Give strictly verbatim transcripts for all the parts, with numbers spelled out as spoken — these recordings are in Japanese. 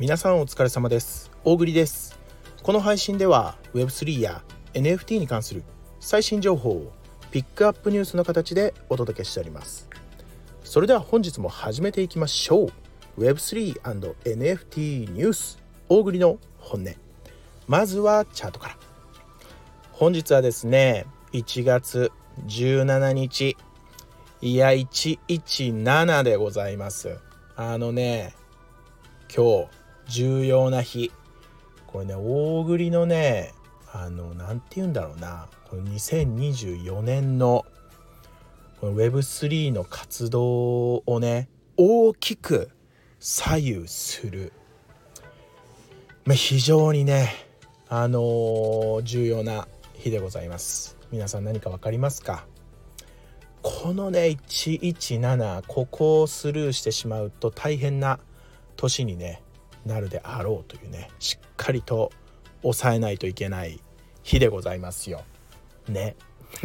皆さんお疲れ様です。大栗です。この配信では ウェブスリー や エヌエフティー に関する最新情報をピックアップニュースの形でお届けしております。それでは本日も始めていきましょう。 ウェブスリー アンド エヌエフティー ニュース大栗の本音。まずはチャートから。本日はですねいちがつじゅうしちにち、いやいちいちななでございます。あのね今日重要な日、これね大栗のねあのなんて言うんだろうな、このにせんにじゅうよねんのこの ウェブスリー の活動をね大きく左右する、まあ、非常にねあのー、重要な日でございます。皆さん何か分かりますか？このねいちいちなな、ここをスルーしてしまうと大変な年にねなるであろうというね、しっかりと抑えないといけない日でございますよね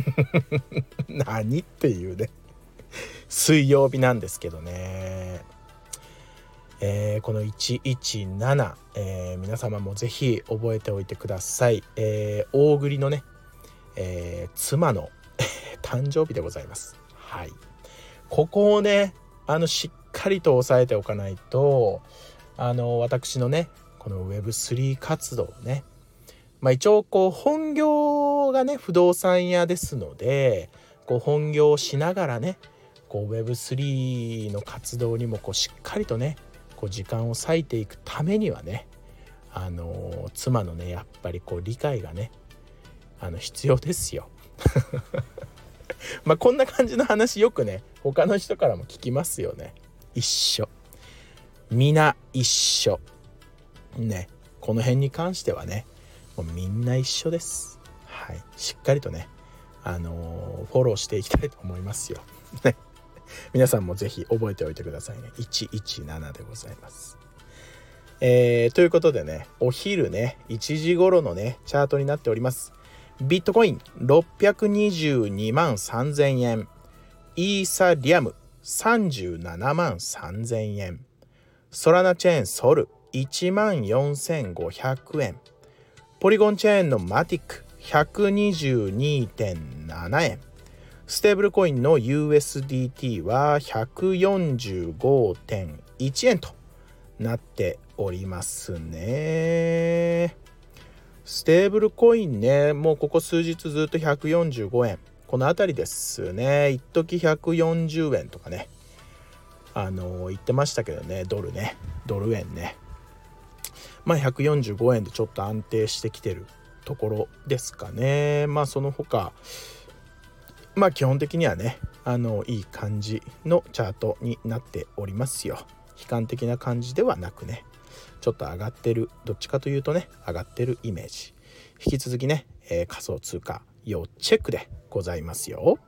何っていうね水曜日なんですけどね、えー、このいちいちなな、えー、皆様もぜひ覚えておいてください。えー、大栗のね、えー、妻の誕生日でございます。はい、ここをねあのしっかりと押さえておかないと、あの私のねこの ウェブスリー 活動ね、まあ一応こう本業がね不動産屋ですので、こう本業をしながらねこう ウェブスリー の活動にもこうしっかりとねこう時間を割いていくためにはね、あの妻のねやっぱりこう理解がねあの必要ですよまあこんな感じの話よくね他の人からも聞きますよね。一緒、皆一緒ね、この辺に関してはねもうみんな一緒です。はい、しっかりとねあのー、フォローしていきたいと思いますよね。皆さんもぜひ覚えておいてくださいね。いちいちななでございます。えー、ということでねお昼ねいちじ頃のねチャートになっております。ビットコインろっぴゃくにじゅうにまんさんぜんえん、イーサリアムさんじゅうななまんさんぜんえん、ソラナチェーンソルいちまんよんせんごひゃくえん、ポリゴンチェーンのマティック ひゃくにじゅうにてんななえん、ステーブルコインの ユーエスディーティー は ひゃくよんじゅうごてんいちえんとなっておりますね。ステーブルコインねもうここ数日ずっとひゃくよんじゅうごえんこのあたりですね。一時ひゃくよんじゅうえんとかねあの言ってましたけどね、ドルねドル円ね、まあひゃくよんじゅうごえんでちょっと安定してきてるところですかね。まあその他まあ基本的にはねあのいい感じのチャートになっておりますよ。悲観的な感じではなくねちょっと上がってる、どっちかというとね上がってるイメージ。引き続きね、えー、仮想通貨要チェックでございますよ。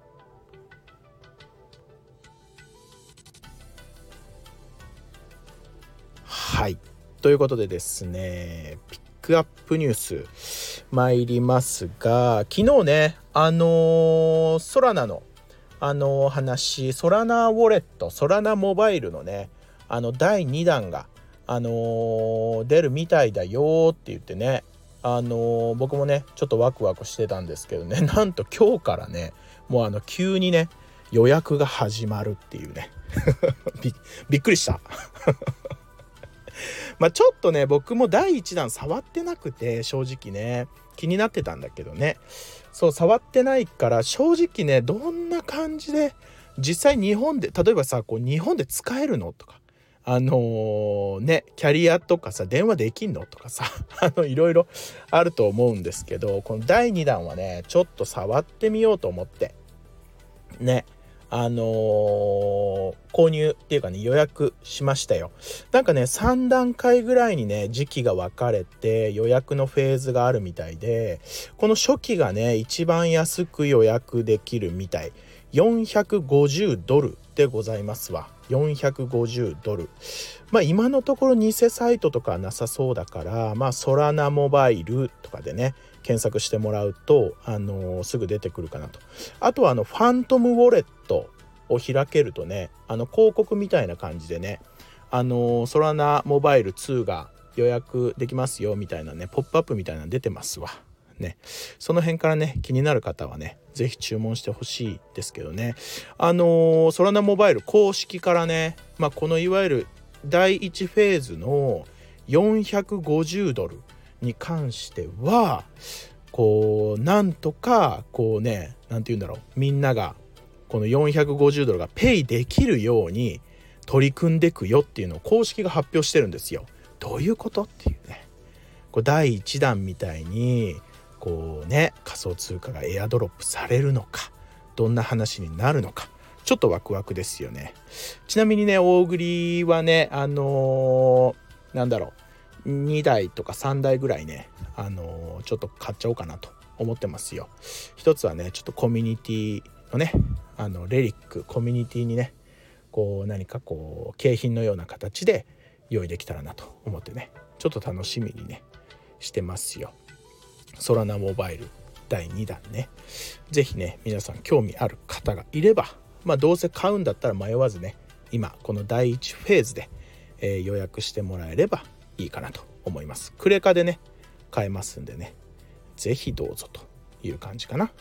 はいということでですねピックアップニュース参りますが、昨日ねあのー、ソラナのあのー、話、ソラナウォレット、ソラナモバイルのねあのだいにだんがあのー、出るみたいだよって言ってね、あのー、僕もねちょっとワクワクしてたんですけどね、なんと今日からねもうあの急にね予約が始まるっていうねび, びっくりしたまあちょっとね僕もだいいちだん触ってなくて正直ね気になってたんだけどね、そう触ってないから正直ねどんな感じで実際日本で例えばさこう日本で使えるのとか、あのー、ねキャリアとかさ電話できんのとかさあのいろいろあると思うんですけど、このだいにだんはねちょっと触ってみようと思ってねあのー、購入っていうかね予約しましたよ。なんかねさんだんかいぐらいにね時期が分かれて予約のフェーズがあるみたいで、この初期がね一番安く予約できるみたい、よんひゃくごじゅうドルでございますわ。よんひゃくごじゅうドル、まあ今のところ偽サイトとかはなさそうだから、まあソラナモバイルとかでね検索してもらうと、あのー、すぐ出てくるかなと。あとはあのファントムウォレットを開けるとねあの広告みたいな感じでねあのソラナモバイルツーが予約できますよみたいなね、ポップアップみたいなの出てますわね。その辺からね気になる方はねぜひ注文してほしいですけどね。あのソラナモバイル公式からね、まあ、このいわゆるだいいちフェーズのよんひゃくごじゅうドルに関してはこうなんとかこうね、なんて言うんだろう、みんながこのよんひゃくごじゅうドルがペイできるように取り組んでくよっていうのを公式が発表してるんですよ。どういうことっていうね、こうだいいちだんみたいにこうね仮想通貨がエアドロップされるのか、どんな話になるのか、ちょっとワクワクですよね。ちなみにね大栗はねあのー、なんだろうにだいとかさんだいぐらいね、あのー、ちょっと買っちゃおうかなと思ってますよ。一つはねちょっとコミュニティのねあのレリックコミュニティにねこう何かこう景品のような形で用意できたらなと思ってね、ちょっと楽しみにねしてますよ。ソラナモバイルだいにだんね、ぜひね皆さん興味ある方がいれば、まあどうせ買うんだったら迷わずね今このだいいちフェーズで、えー、予約してもらえればいいかなと思います。クレカでね買えますんでね、ぜひどうぞという感じかな。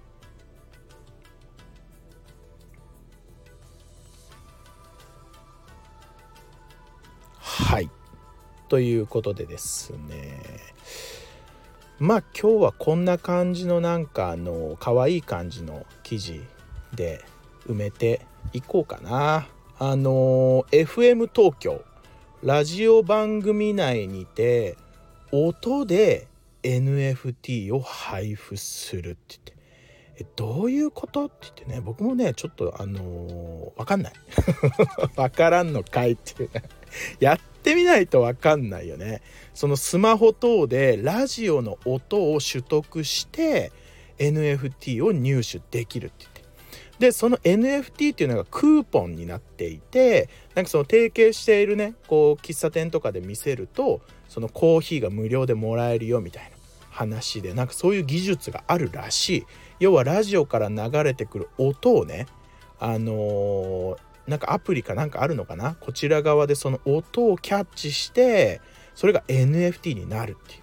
はい、ということでですね、まあ今日はこんな感じのなんかあの可愛い感じの記事で埋めていこうかな。あの エフエム 東京ラジオ番組内にて音で エヌエフティー を配布するって言って、えどういうことって言ってね、僕もねちょっとあのー、分かんない分からんのかいっていうねやってみないと分かんないよね。そのスマホ等でラジオの音を取得して エヌエフティー を入手できるって言って、でその エヌエフティー っていうのがクーポンになっていて、なんかその提携しているねこう喫茶店とかで見せるとそのコーヒーが無料でもらえるよみたいな話で、なんかそういう技術があるらしい。要はラジオから流れてくる音をね、あのー、なんかアプリかなんかあるのかな、こちら側でその音をキャッチしてそれが エヌエフティー になるっていう。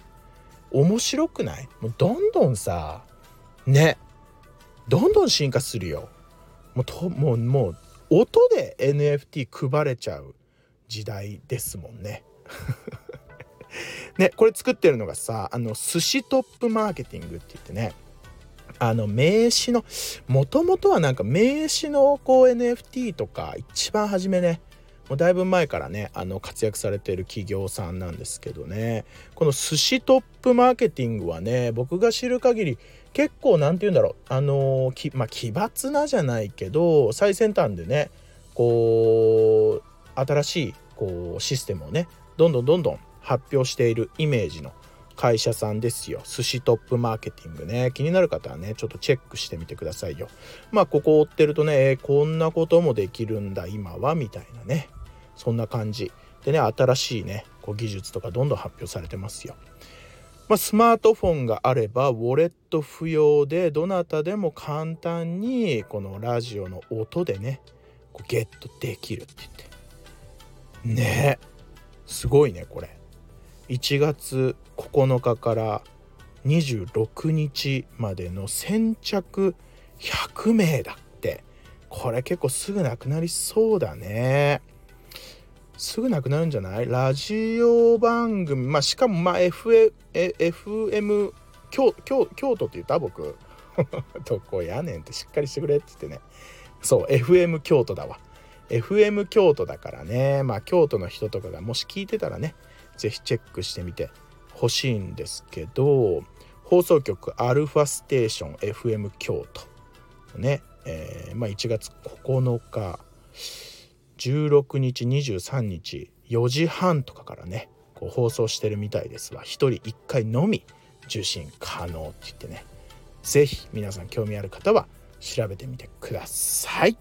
面白くない？もうどんどんさねどんどん進化するよ。もうともうもう音で エヌエフティー 配れちゃう時代ですもんねね、これ作ってるのがさ、あの寿司トップマーケティングって言ってね、あの名刺のもともとはなんか名刺のこう エヌエフティー とか一番初めね、もうだいぶ前からねあの活躍されている企業さんなんですけどね、この寿司トップマーケティングはね僕が知る限り結構なんて言うんだろう、あのきまあ奇抜なじゃないけど最先端でねこう新しいこうシステムをねどんどんどんどん発表しているイメージの会社さんですよ。寿司トップマーケティングね、気になる方はねちょっとチェックしてみてくださいよ。まあここを追ってるとね、えー、こんなこともできるんだ今はみたいなね、そんな感じでね、新しいねこう技術とかどんどん発表されてますよ。まあ、スマートフォンがあればウォレット不要でどなたでも簡単にこのラジオの音でねこうゲットできるって言ってね、すごいねこれ。いちがつここのかからにじゅうろくにちまでの先着ひゃくめいだって。これ結構すぐなくなりそうだね。すぐなくなるんじゃない？ラジオ番組、まあしかもまあ エフエム 京, 京, 京都って言った僕どこやねんってしっかりしてくれって言ってね、そう エフエム 京都だわ。 エフエム 京都だからね、まあ京都の人とかがもし聞いてたらねぜひチェックしてみてほしいんですけど、放送局アルファステーション エフエム 京都ね、えー、まあいちがつここのかじゅうろくにちにじゅうさんにちよじはんとかからねこう放送してるみたいですわ。ひとりいっかいのみ受信可能って言ってね、ぜひ皆さん興味ある方は調べてみてください。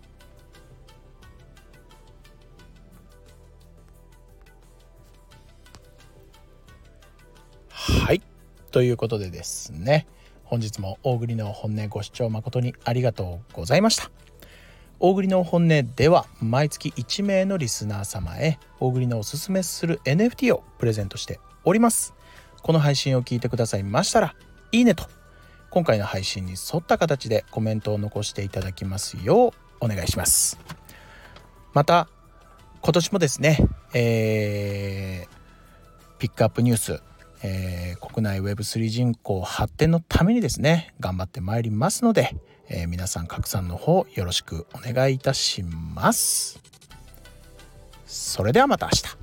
はい、ということでですね、本日も大栗の本音ご視聴誠にありがとうございました。 大栗の本音では毎月いち名のリスナー様へ大栗のおすすめする エヌエフティー をプレゼントしております。この配信を聞いてくださいましたらいいねと今回の配信に沿った形でコメントを残していただきますようお願いします。また今年もですね、えー、ピックアップニュース、えー、国内 ウェブスリー 人口発展のためにですね頑張ってまいりますので、えー、皆さん拡散の方よろしくお願いいたします。それではまた明日。